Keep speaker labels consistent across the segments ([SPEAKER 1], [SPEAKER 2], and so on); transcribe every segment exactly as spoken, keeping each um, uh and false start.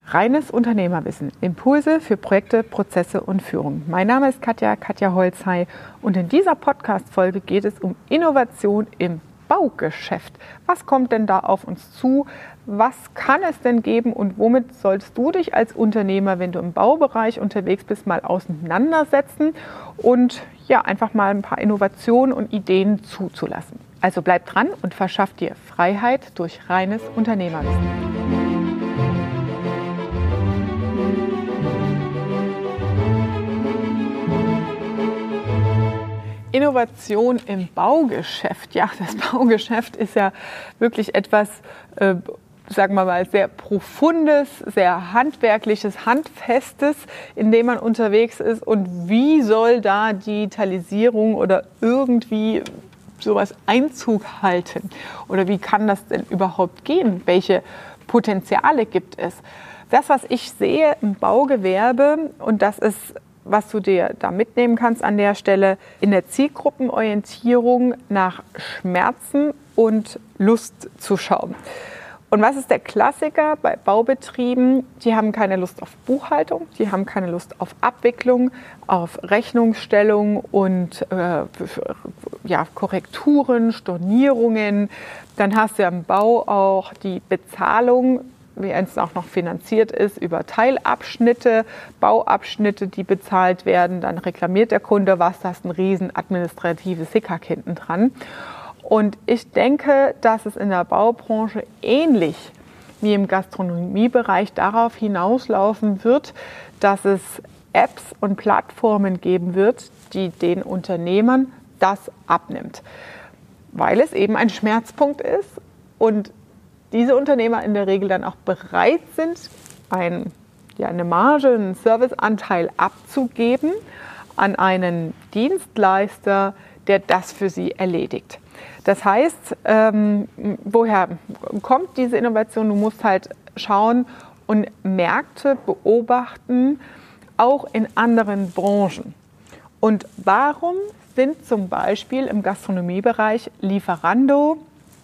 [SPEAKER 1] Reines Unternehmerwissen. Impulse für Projekte, Prozesse und Führung. Mein Name ist Katja, Katja Holzhey und in dieser Podcast-Folge geht es um Innovation im Baugeschäft. Was kommt denn da auf uns zu? Was kann es denn geben und womit solltest du dich als Unternehmer, wenn du im Baubereich unterwegs bist, mal auseinandersetzen und ja, einfach mal ein paar Innovationen und Ideen zuzulassen. Also bleib dran und verschaff dir Freiheit durch reines Unternehmerwissen. Innovation im Baugeschäft. Ja, das Baugeschäft ist ja wirklich etwas, äh, sagen wir mal, sehr Profundes, sehr Handwerkliches, Handfestes, in dem man unterwegs ist. Und wie soll da Digitalisierung oder irgendwie sowas Einzug halten? Oder wie kann das denn überhaupt gehen? Welche Potenziale gibt es? Das, was ich sehe im Baugewerbe, und das ist, was du dir da mitnehmen kannst an der Stelle, in der Zielgruppenorientierung nach Schmerzen und Lust zu schauen. Und was ist der Klassiker bei Baubetrieben? Die haben keine Lust auf Buchhaltung, die haben keine Lust auf Abwicklung, auf Rechnungsstellung und äh, ja, Korrekturen, Stornierungen. Dann hast du ja im Bau auch die Bezahlung, wie es auch noch finanziert ist, über Teilabschnitte, Bauabschnitte, die bezahlt werden. Dann reklamiert der Kunde was, da ist ein riesen administratives Hickhack hinten dran. Und ich denke, dass es in der Baubranche ähnlich wie im Gastronomiebereich darauf hinauslaufen wird, dass es Apps und Plattformen geben wird, die den Unternehmern das abnimmt. Weil es eben ein Schmerzpunkt ist und diese Unternehmer in der Regel dann auch bereit sind, ein, ja, eine Marge, einen Serviceanteil abzugeben an einen Dienstleister, der das für sie erledigt. Das heißt, ähm, woher kommt diese Innovation? Du musst halt schauen und Märkte beobachten, auch in anderen Branchen. Und warum sind zum Beispiel im Gastronomiebereich Lieferando,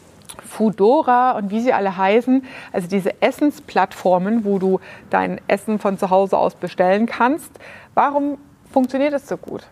[SPEAKER 1] Foodora und wie sie alle heißen, also diese Essensplattformen, wo du dein Essen von zu Hause aus bestellen kannst, warum funktioniert es so gut?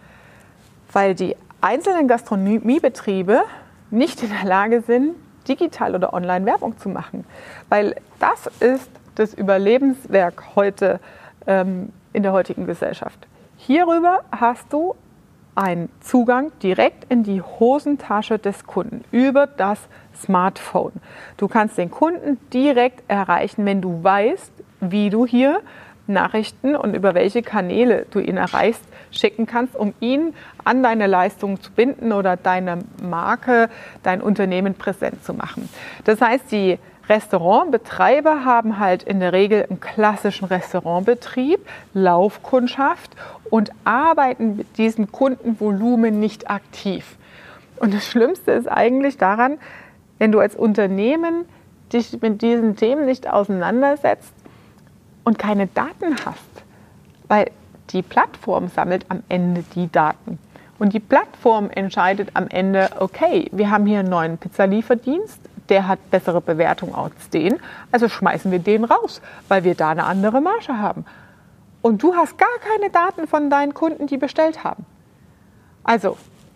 [SPEAKER 1] Weil die einzelnen Gastronomiebetriebe nicht in der Lage sind, digital oder online Werbung zu machen. Weil das ist das Überlebenswerk heute ähm, in der heutigen Gesellschaft. Hierüber hast du einen Zugang direkt in die Hosentasche des Kunden über das Smartphone. Du kannst den Kunden direkt erreichen, wenn du weißt, wie du hier Nachrichten und über welche Kanäle du ihn erreichst, schicken kannst, um ihn an deine Leistung zu binden oder deine Marke, dein Unternehmen präsent zu machen. Das heißt, die Restaurantbetreiber haben halt in der Regel einen klassischen Restaurantbetrieb, Laufkundschaft und arbeiten mit diesem Kundenvolumen nicht aktiv. Und das Schlimmste ist eigentlich daran, wenn du als Unternehmen dich mit diesen Themen nicht auseinandersetzt und keine Daten hast, weil die Plattform sammelt am Ende die Daten. Und die Plattform entscheidet am Ende, okay, wir haben hier einen neuen Pizzalieferdienst, der hat bessere Bewertung als den, also schmeißen wir den raus, weil wir da eine andere Marge haben. Und du hast gar keine Daten von deinen Kunden, die bestellt haben. Also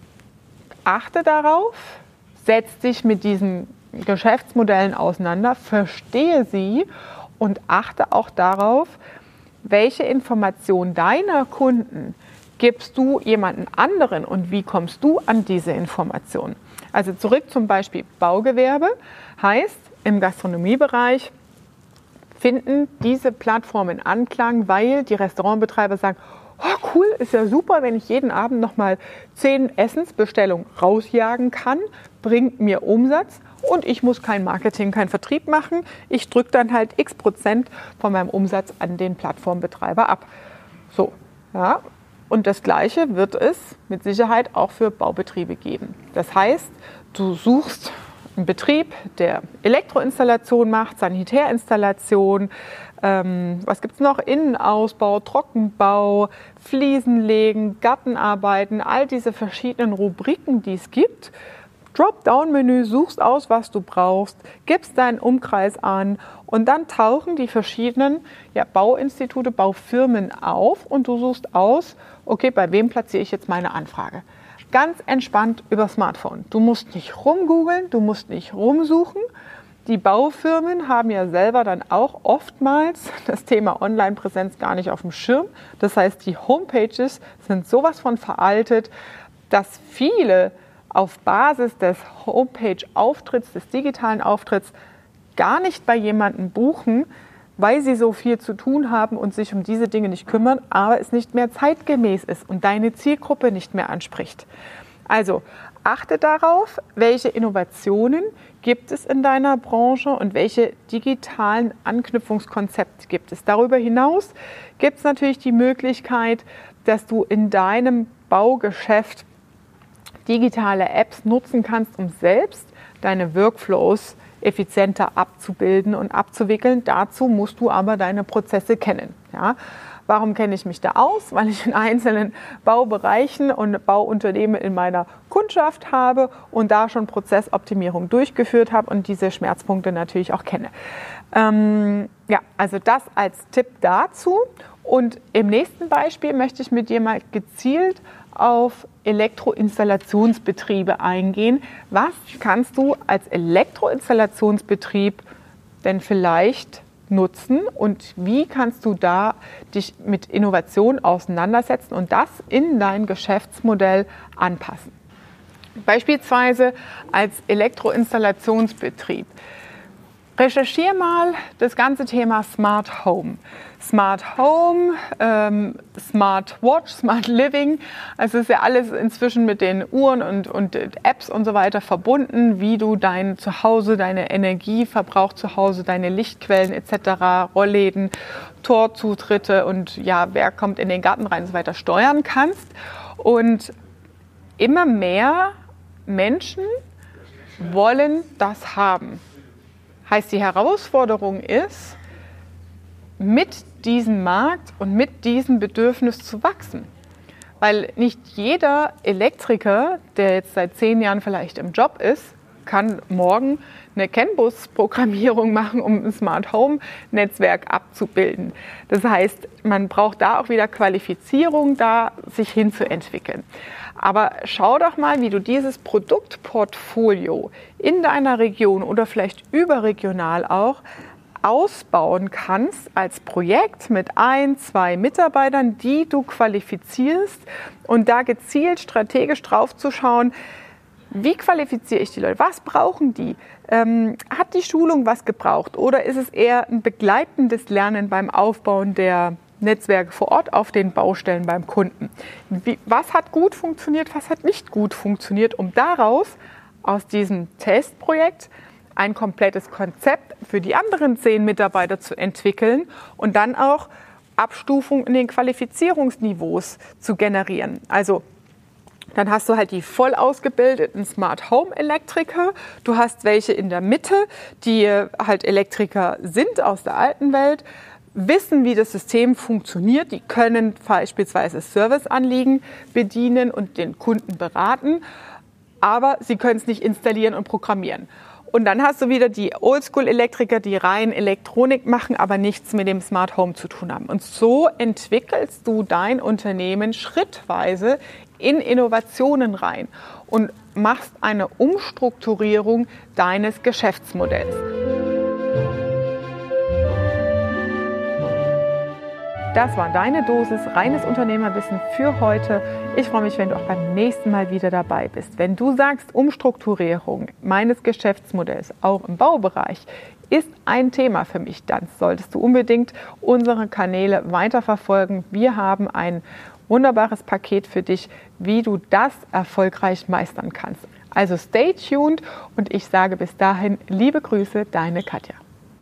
[SPEAKER 1] achte darauf, setz dich mit diesen Geschäftsmodellen auseinander, verstehe sie und achte auch darauf, welche Informationen deiner Kunden gibst du jemanden anderen und wie kommst du an diese Informationen. Also zurück zum Beispiel Baugewerbe heißt, im Gastronomiebereich finden diese Plattformen Anklang, weil die Restaurantbetreiber sagen, oh cool, ist ja super, wenn ich jeden Abend nochmal zehn Essensbestellungen rausjagen kann, bringt mir Umsatz und ich muss kein Marketing, kein Vertrieb machen. Ich drücke dann halt x Prozent von meinem Umsatz an den Plattformbetreiber ab. So, ja. Und das Gleiche wird es mit Sicherheit auch für Baubetriebe geben. Das heißt, du suchst einen Betrieb, der Elektroinstallation macht, Sanitärinstallation, ähm, was gibt es noch? Innenausbau, Trockenbau, Fliesenlegen, Gartenarbeiten, all diese verschiedenen Rubriken, die es gibt. Dropdown-Menü, suchst aus, was du brauchst, gibst deinen Umkreis an und dann tauchen die verschiedenen ja, Bauinstitute, Baufirmen auf und du suchst aus, okay, bei wem platziere ich jetzt meine Anfrage? Ganz entspannt über Smartphone. Du musst nicht rumgoogeln, du musst nicht rumsuchen. Die Baufirmen haben ja selber dann auch oftmals das Thema Online-Präsenz gar nicht auf dem Schirm. Das heißt, die Homepages sind sowas von veraltet, dass viele auf Basis des Homepage-Auftritts, des digitalen Auftritts, gar nicht bei jemandem buchen, weil sie so viel zu tun haben und sich um diese Dinge nicht kümmern, aber es nicht mehr zeitgemäß ist und deine Zielgruppe nicht mehr anspricht. Also achte darauf, welche Innovationen gibt es in deiner Branche und welche digitalen Anknüpfungskonzepte gibt es. Darüber hinaus gibt es natürlich die Möglichkeit, dass du in deinem Baugeschäft digitale Apps nutzen kannst, um selbst deine Workflows effizienter abzubilden und abzuwickeln. Dazu musst du aber deine Prozesse kennen. Ja? Warum kenne ich mich da aus? Weil ich in einzelnen Baubereichen und Bauunternehmen in meiner Kundschaft habe und da schon Prozessoptimierung durchgeführt habe und diese Schmerzpunkte natürlich auch kenne. Ähm, ja, also das als Tipp dazu. Und im nächsten Beispiel möchte ich mit dir mal gezielt auf Elektroinstallationsbetriebe eingehen. Was kannst du als Elektroinstallationsbetrieb denn vielleicht nutzen und wie kannst du da dich mit Innovation auseinandersetzen und das in dein Geschäftsmodell anpassen? Beispielsweise als Elektroinstallationsbetrieb. Recherchiere mal das ganze Thema Smart Home. Smart Home, ähm, Smart Watch, Smart Living. Also ist ja alles inzwischen mit den Uhren und, und Apps und so weiter verbunden, wie du dein Zuhause, deine Energieverbrauch zu Hause, deine Lichtquellen et cetera, Rollläden, Torzutritte und ja, wer kommt in den Garten rein und so weiter steuern kannst. Und immer mehr Menschen wollen das haben. Heißt, die Herausforderung ist, mit diesem Markt und mit diesem Bedürfnis zu wachsen. Weil nicht jeder Elektriker, der jetzt seit zehn Jahren vielleicht im Job ist, kann morgen eine CAN-Bus-Programmierung machen, um ein Smart-Home-Netzwerk abzubilden. Das heißt, man braucht da auch wieder Qualifizierung, da sich hinzuentwickeln. Aber schau doch mal, wie du dieses Produktportfolio in deiner Region oder vielleicht überregional auch ausbauen kannst als Projekt mit ein, zwei Mitarbeitern, die du qualifizierst und da gezielt strategisch drauf zu schauen, wie qualifiziere ich die Leute? Was brauchen die? Ähm, hat die Schulung was gebraucht oder ist es eher ein begleitendes Lernen beim Aufbauen der Netzwerke vor Ort auf den Baustellen beim Kunden? Wie, was hat gut funktioniert, was hat nicht gut funktioniert, um daraus aus diesem Testprojekt ein komplettes Konzept für die anderen zehn Mitarbeiter zu entwickeln und dann auch Abstufung in den Qualifizierungsniveaus zu generieren. Also dann hast du halt die voll ausgebildeten Smart Home Elektriker. Du hast welche in der Mitte, die halt Elektriker sind aus der alten Welt, wissen, wie das System funktioniert. Die können beispielsweise Serviceanliegen bedienen und den Kunden beraten, aber sie können es nicht installieren und programmieren. Und dann hast du wieder die Oldschool-Elektriker, die rein Elektronik machen, aber nichts mit dem Smart Home zu tun haben. Und so entwickelst du dein Unternehmen schrittweise in Innovationen rein und machst eine Umstrukturierung deines Geschäftsmodells. Das war deine Dosis reines Unternehmerwissen für heute. Ich freue mich, wenn du auch beim nächsten Mal wieder dabei bist. Wenn du sagst, Umstrukturierung meines Geschäftsmodells, auch im Baubereich, ist ein Thema für mich, dann solltest du unbedingt unsere Kanäle weiterverfolgen. Wir haben ein wunderbares Paket für dich, wie du das erfolgreich meistern kannst. Also stay tuned und ich sage bis dahin liebe Grüße, deine Katja.